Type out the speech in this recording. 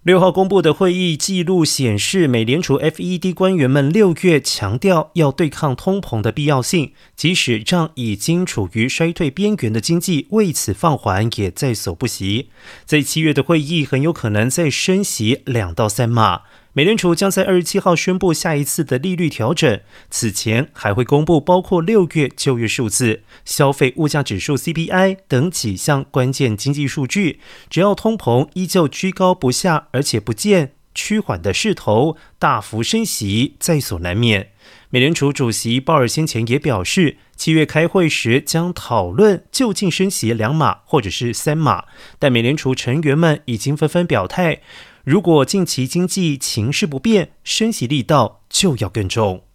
6号公布的会议记录显示，美联储 FED 官员们6月强调要对抗通膨的必要性，即使让已经处于衰退边缘的经济为此放缓，也在所不惜。在7月的会议很有可能再升息2到3码。美联储将在27号宣布下一次的利率调整，此前还会公布包括6月就业数字、消费物价指数 CPI 等几项关键经济数据。只要通膨依旧居高不下，而且不见趋缓的势头，大幅升息在所难免。美联储主席鲍尔先前也表示，7月开会时将讨论究竟升息2码或者是3码，但美联储成员们已经纷纷表态，如果近期经济情势不变，升息力道就要更重。